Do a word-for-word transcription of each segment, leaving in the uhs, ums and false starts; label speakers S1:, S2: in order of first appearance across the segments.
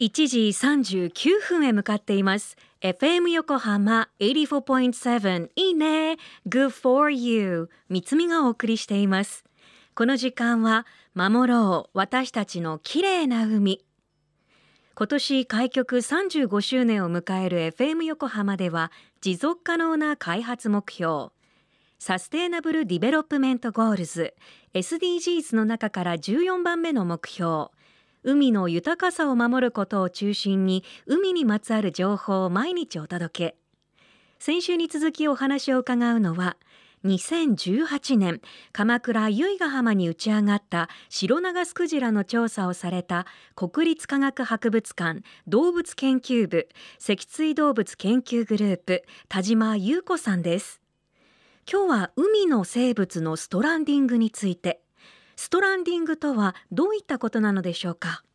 S1: いちじさんじゅうきゅうふんへ向かっています。 エフエム 横浜 はちじゅうよんてんなな、いいね Good for you 三つみがお送りしています。この時間は守ろう私たちの綺麗な海。今年開局さんじゅうごしゅうねんを迎える エフエム 横浜では、持続可能な開発目標サステイナブルディベロップメントゴールズ エスディージーズ の中からじゅうよんばんめの目標、海の豊かさを守ることを中心に海にまつわる情報を毎日お届け。先週に続きお話を伺うのは、にせんじゅうはちねん鎌倉由比ヶ浜に打ち上がったシロナガスクジラの調査をされた国立科学博物館動物研究部脊椎動物研究グループ田島優子さんです。今日は海の生物のストランディングについて。ストランディングとはどういったことなのでしょうか。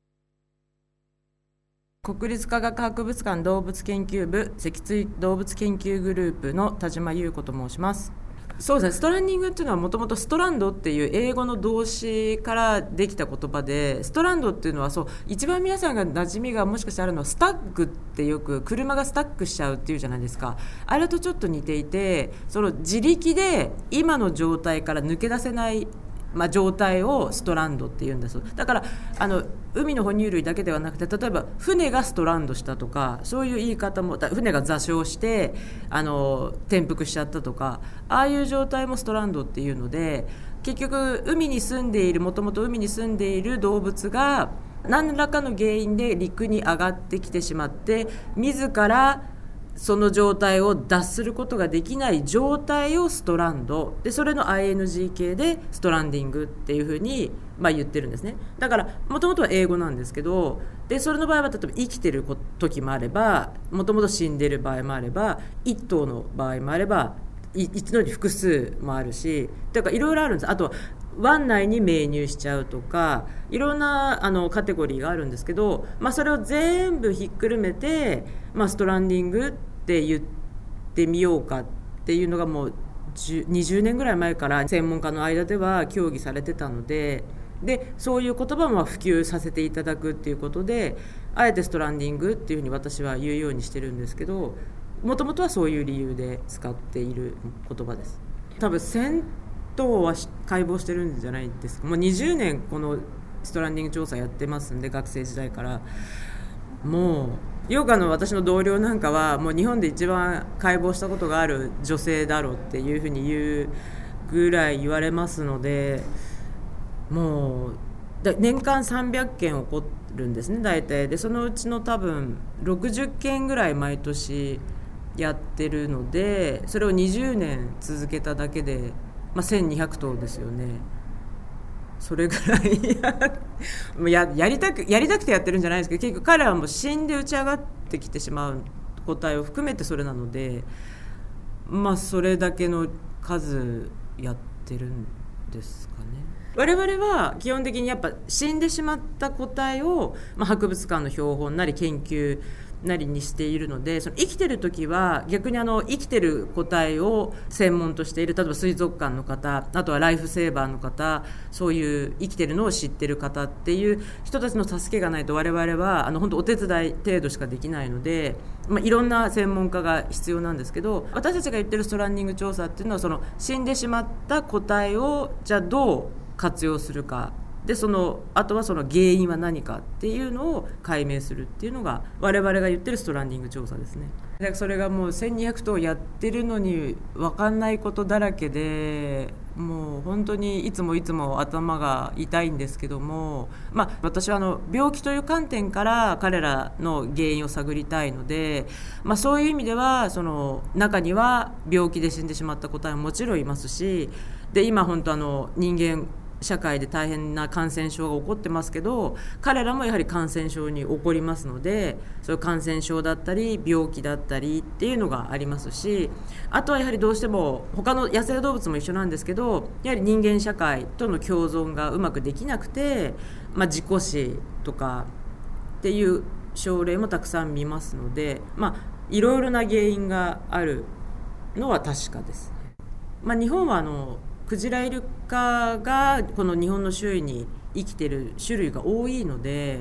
S2: 国立科学博物館動物研究部脊椎動物研究グループの田島優子と申します。そうですね、ストランディングっていうのはもともとストランドっていう英語の動詞からできた言葉で、ストランドっていうのはそう一番皆さんが馴染みがもしかしてあるのはスタックってよく車がスタックしちゃうっていうじゃないですか。あれとちょっと似ていて、その自力で今の状態から抜け出せないまあ、状態をストランドって言うんです。だからあの海の哺乳類だけではなくて、例えば船がストランドしたとか、そういう言い方も、船が座礁してあの転覆しちゃったとか、ああいう状態もストランドっていうので、結局海に住んでいるもともと海に住んでいる動物が何らかの原因で陸に上がってきてしまって、自らその状態を脱することができない状態をストランドで、それの アイエヌジー 形でストランディングっていうふうに、まあ、言ってるんですね。だからもともとは英語なんですけど、でそれの場合は例えば生きてる時もあれば、もともと死んでる場合もあれば、一頭の場合もあれば、一度に複数もあるし、だからいろいろあるんです。あとは湾内に命入しちゃうとか、いろんなあのカテゴリーがあるんですけど、まあ、それを全部ひっくるめて、まあ、ストランディングって言ってみようかっていうのがもうにじゅうねんぐらい前から専門家の間では協議されてたので、でそういう言葉も普及させていただくっていうことで、あえてストランディングっていうふうに私は言うようにしてるんですけど、もともとはそういう理由で使っている言葉です。多分銭湯は解剖してるんじゃないですか。もうにじゅうねんこのストランディング調査やってますんで、学生時代から。もうヨガの私の同僚なんかは、もう日本で一番解剖したことがある女性だろうっていうふうに言うぐらい言われますので、もう年間さんびゃっけん起こるんですね、大体で。そのうちの多分ろくじゅっけんぐらい毎年やってるので、それをにじゅうねん続けただけで、まあ、せんにひゃくとうですよね。それぐらい や, や, りたくやりたくてやってるんじゃないですけど、結局彼はもう死んで打ち上がってきてしまう個体を含めてそれなので、まあそれだけの数やってるんですかね。我々は基本的にやっぱ死んでしまった個体を、まあ、博物館の標本なり研究なりにしているので、その生きてる時は逆にあの生きてる個体を専門としている、例えば水族館の方、あとはライフセーバーの方、そういう生きてるのを知ってる方っていう人たちの助けがないと、我々はあの本当お手伝い程度しかできないので、まあ、いろんな専門家が必要なんですけど、私たちが言ってるストランディング調査っていうのは、その死んでしまった個体をじゃあどう活用するかで、そのあとはその原因は何かっていうのを解明するっていうのが我々が言ってるストランディング調査ですね。だからそれがもうせんにひゃくとうやってるのに分かんないことだらけで、もう本当にいつもいつも頭が痛いんですけども、まあ、私はあの病気という観点から彼らの原因を探りたいので、まあ、そういう意味ではその中には病気で死んでしまった個体ももちろんいますし、で今本当あの人間社会で大変な感染症が起こってますけど、彼らもやはり感染症に起こりますので、そういう感染症だったり病気だったりっていうのがありますし、あとはやはりどうしても他の野生動物も一緒なんですけど、やはり人間社会との共存がうまくできなくて、まあ、事故死とかっていう症例もたくさん見ますので、まあ、いろいろな原因があるのは確かです。まあ、日本はあのクジライルカがこの日本の周囲に生きている種類が多いので、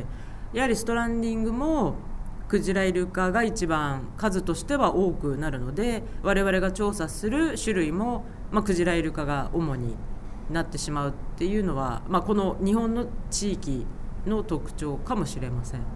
S2: やはりストランディングもクジライルカが一番数としては多くなるので、我々が調査する種類も、まあ、クジライルカが主になってしまうっていうのは、まあ、この日本の地域の特徴かもしれません。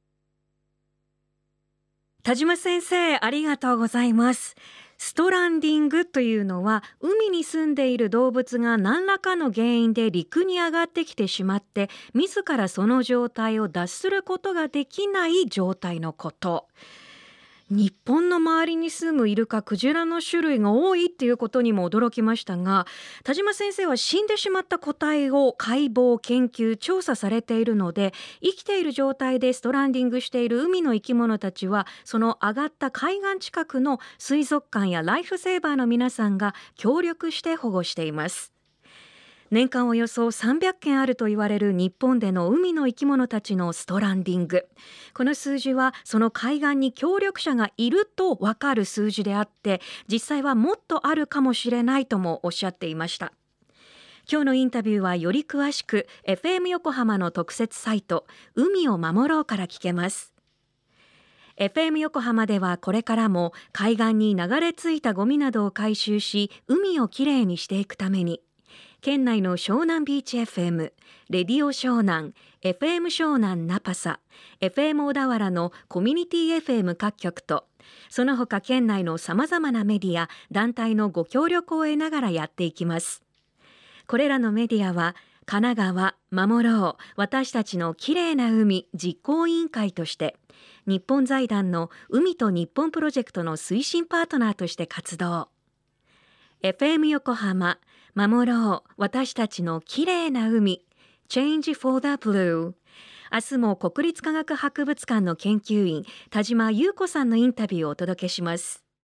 S1: 田島先生、ありがとうございます。ストランディングというのは、海に住んでいる動物が何らかの原因で陸に上がってきてしまって、自らその状態を脱することができない状態のこと。日本の周りに住むイルカ、クジラの種類が多いっていうことにも驚きましたが、田島先生は死んでしまった個体を解剖、研究、調査されているので、生きている状態でストランディングしている海の生き物たちは、その上がった海岸近くの水族館やライフセーバーの皆さんが協力して保護しています。年間およそさんびゃっけんあると言われる日本での海の生き物たちのストランディング。この数字はその海岸に協力者がいると分かる数字であって、実際はもっとあるかもしれないともおっしゃっていました。今日のインタビューはより詳しく エフエム 横浜の特設サイト海を守ろうから聞けます。エフエム 横浜ではこれからも海岸に流れ着いたゴミなどを回収し、海をきれいにしていくために、県内の湘南ビーチ エフエム、レディオ湘南、エフエム 湘南ナパサ、エフエム 小田原のコミュニティ エフエム 各局と、その他県内のさまざまなメディア、団体のご協力を得ながらやっていきます。これらのメディアは、神奈川守ろう私たちのきれいな海実行委員会として、日本財団の海と日本プロジェクトの推進パートナーとして活動。エフエム 横浜守ろう私たちのきれいな海 Change for the Blue。 明日も国立科学博物館の研究員田島優子さんのインタビューをお届けします。